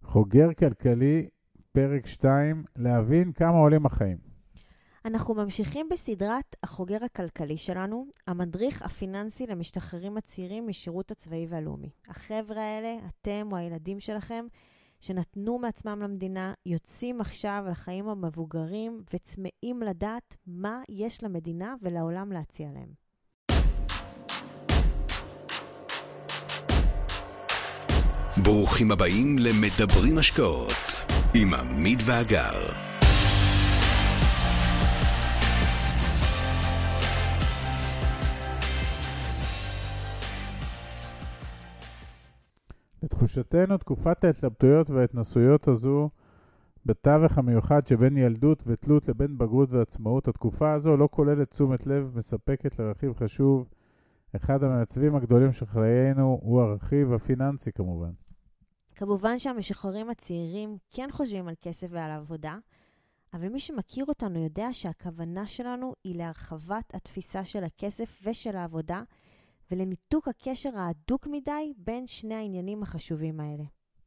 חוגר כלכלי, פרק 2, להבין כמה עולים החיים. אנחנו ממשיכים בסדרת החוגר הכלכלי שלנו, המדריך הפיננסי למשתחררים הצעירים משירות הצבאי והלאומי. החבר'ה האלה, אתם או הילדים שלכם, שנתנו מעצמם למדינה, יוצאים עכשיו לחיים המבוגרים וצמאים לדעת מה יש למדינה ולעולם להציע להם. ברוכים הבאים למדברים השקעות עם עמית ואגר. לתחושתנו, תקופת ההתלבטויות וההתנסויות הזו, בתווך המיוחד שבין ילדות ותלות לבין בגרות ועצמאות, התקופה הזו לא כוללת תשומת לב מספקת לרכיב חשוב. אחד המעצבים הגדולים של חיינו הוא הרכיב הפיננסי כמובן. כמובן שהמשוחררים הצעירים כן חושבים על כסף ועל עבודה, אבל מי שמכיר אותנו יודע שהכוונה שלנו היא להרחבת התפיסה של הכסף ושל העבודה, ולניתוק הקשר ההדוק מדי בין שני העניינים החשובים האלה.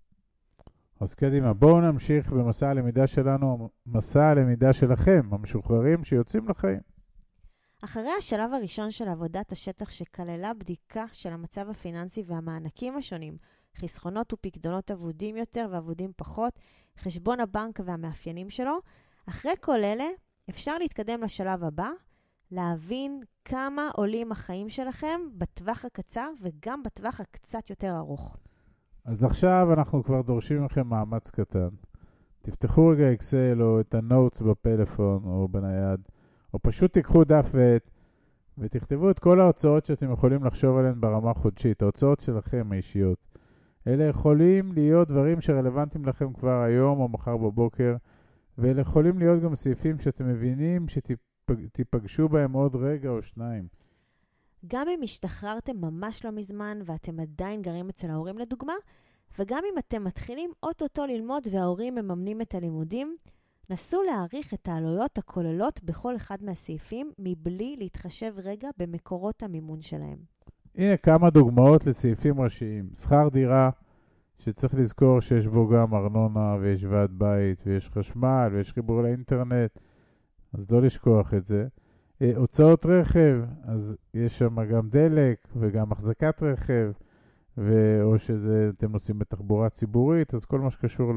אז קדימה, בואו נמשיך במסע הלמידה שלנו, מסע הלמידה שלכם, המשוחררים שיוצאים לחיים. אחרי השלב הראשון של עבודת השטח שכללה בדיקה של המצב הפיננסי והמענקים השונים, חסכונות ופקדונות עבודים יותר ועבודים פחות, חשבון הבנק והמאפיינים שלו, אחרי כל אלה אפשר להתקדם לשלב הבא, להבין כמה עולים החיים שלכם בטווח הקצר וגם בטווח הקצת יותר ארוך. אז עכשיו אנחנו כבר דורשים לכם מאמץ קטן. תפתחו רגע אקסל או את הנוטס בפלאפון או בנייד, או פשוט תיקחו דף ועט ותכתבו את כל ההוצאות שאתם יכולים לחשוב עליהן ברמה חודשית, ההוצאות שלכם האישיות. אלה יכולים להיות דברים שרלוונטיים לכם כבר היום או מחר בבוקר, ואלה יכולים להיות גם סעיפים שאתם מבינים שתיפגשו בהם עוד רגע או שניים. גם אם השתחררתם ממש לא מזמן ואתם עדיין גרים אצל ההורים לדוגמה, וגם אם אתם מתחילים אוטוטו ללמוד וההורים מממנים את הלימודים, נסו להעריך את העלויות הכוללות בכל אחד מהסעיפים מבלי להתחשב רגע במקורות המימון שלהם. הנה כמה דוגמאות לסעיפים ראשיים. שכר דירה, שצריך לזכור שיש בו גם ארנונה ויש ועד בית ויש חשמל ויש חיבור לאינטרנט, אז לא לשכוח את זה. הוצאות רכב, אז יש שם גם דלק וגם החזקת רכב, או שאתם נוסעים בתחבורה ציבורית, אז כל מה שקשור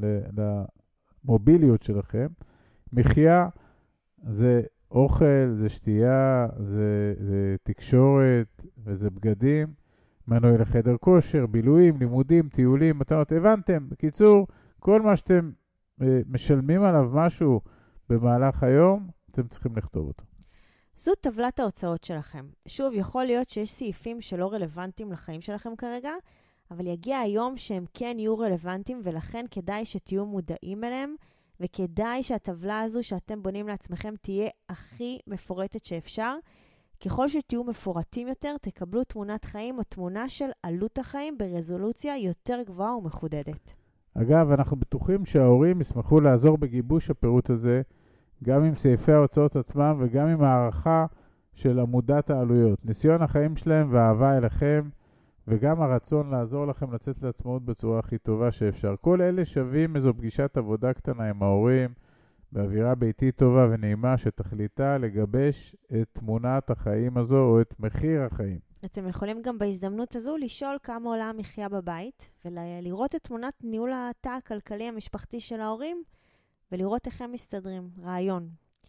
למוביליות שלכם. מחיה, זה אוכל, זה שתייה, זה תקשורת וזה בגדים, מנוי לחדר כושר, בילויים, לימודים, טיולים, מתנות, הבנתם? בקיצור, כל מה שאתם משלמים עליו משהו במהלך היום, אתם צריכים לכתוב אותו. זו טבלת ההוצאות שלכם. שוב, יכול להיות שיש סעיפים שלא רלוונטיים לחיים שלכם כרגע, אבל יגיע היום שהם כן יהיו רלוונטיים, ולכן כדאי שתהיו מודעים אליהם, וכדאי שהטבלה הזו שאתם בונים לעצמכם תהיה הכי מפורטת שאפשר. ככל שתהיו מפורטים יותר, תקבלו תמונת חיים או תמונה של עלות החיים ברזולוציה יותר גבוהה ומחודדת. אגב, אנחנו בטוחים שההורים ישמחו לעזור בגיבוש הפירוט הזה, גם עם סעיפי ההוצאות עצמם וגם עם הערכה של עמודת העלויות. ניסיון החיים שלהם והאהבה אליכם, וגם הרצון לעזור לכם לצאת לעצמאות בצורה הכי טובה שאפשר. כל אלה שווים איזו פגישת עבודה קטנה עם ההורים, באווירה ביתית טובה ונעימה שתכליתה לגבש את תמונת החיים הזו או את מחיר החיים. אתם יכולים גם בהזדמנות הזו לשאול כמה עולה המחיה בבית, ולראות את תמונת ניהול התא הכלכלי המשפחתי של ההורים, ולראות איך הם מסתדרים. רעיון.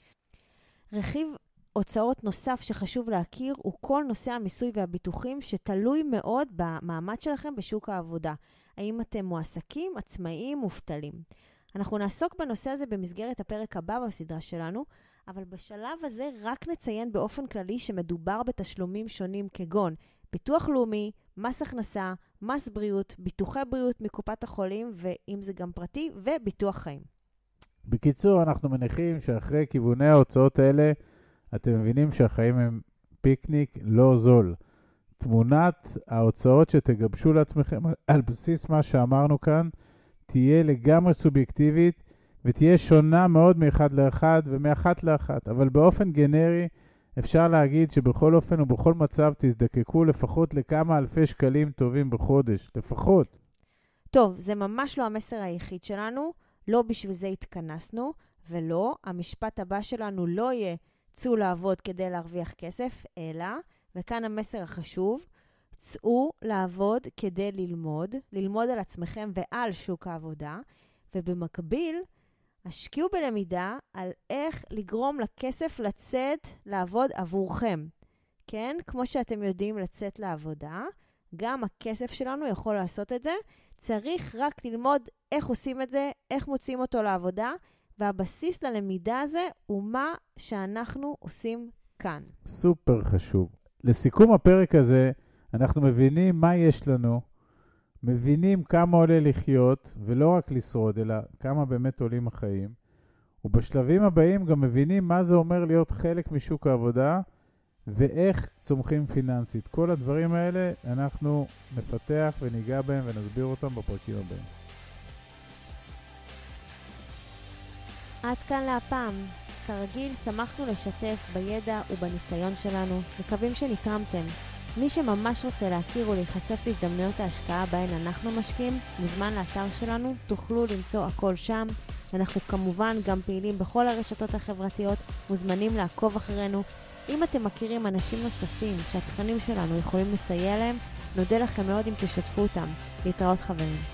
רכיב הוצאות נוסף שחשוב להכיר הוא כל נושא המיסוי והביטוחים שתלוי מאוד במעמד שלכם בשוק העבודה. האם אתם מועסקים, עצמאיים, מובטלים. אנחנו נעסוק בנושא הזה במסגרת הפרק הבא בסדרה שלנו, אבל בשלב הזה רק נציין באופן כללי שמדובר בתשלומים שונים כגון ביטוח לאומי, מס הכנסה, מס בריאות, ביטוחי בריאות מקופת החולים, ואם זה גם פרטי, וביטוח חיים. בקיצור, אנחנו מניחים שאחרי כיווני ההוצאות האלה, אתם מבינים שהחיים הם פיקניק לא זול. תמונת ההוצאות שתגבשו לעצמכם על בסיס מה שאמרנו כאן, תהיה לגמרי סובייקטיבית, ותהיה שונה מאוד מאחד לאחד ומאחת לאחת. אבל באופן גנרי, אפשר להגיד שבכל אופן ובכל מצב תזדקקו לפחות לכמה אלפי שקלים טובים בחודש. לפחות. טוב, זה ממש לא המסר היחיד שלנו, לא בשביל זה התכנסנו, ולא, המשפט הבא שלנו לא יהיה צאו לעבוד כדי להרוויח כסף, אלא, וכאן המסר החשוב, צאו לעבוד כדי ללמוד על עצמכם ועל שוק העבודה, ובמקביל, השקיעו בלמידה על איך לגרום לכסף לצאת לעבוד עבורכם. כן? כמו שאתם יודעים לצאת לעבודה, גם הכסף שלנו יכול לעשות את זה. צריך רק ללמוד איך עושים את זה, איך מוצאים אותו לעבודה, והבסיס ללמידה הזה הוא מה שאנחנו עושים כאן. סופר חשוב. לסיכום הפרק הזה, אנחנו מבינים מה יש לנו, מבינים כמה עולה לחיות, ולא רק לשרוד, אלא כמה באמת עולים החיים. ובשלבים הבאים גם מבינים מה זה אומר להיות חלק משוק העבודה, ואיך צומחים פיננסית. כל הדברים האלה אנחנו נפתח וניגע בהם ונסביר אותם בפרקים הבאים. עד כאן להפעם. כרגיל, שמחנו לשתף בידע ובניסיון שלנו. מקווים שנתרמתם. מי שממש רוצה להכיר ולהיחשף להזדמנויות ההשקעה בהן אנחנו משקיעים, מוזמן לאתר שלנו, תוכלו למצוא הכל שם. אנחנו כמובן גם פעילים בכל הרשתות החברתיות, מוזמנים לעקוב אחרינו. אם אתם מכירים אנשים נוספים שהתכנים שלנו יכולים לסייע להם, נודה לכם מאוד אם תשתפו אותם. להתראות חברים.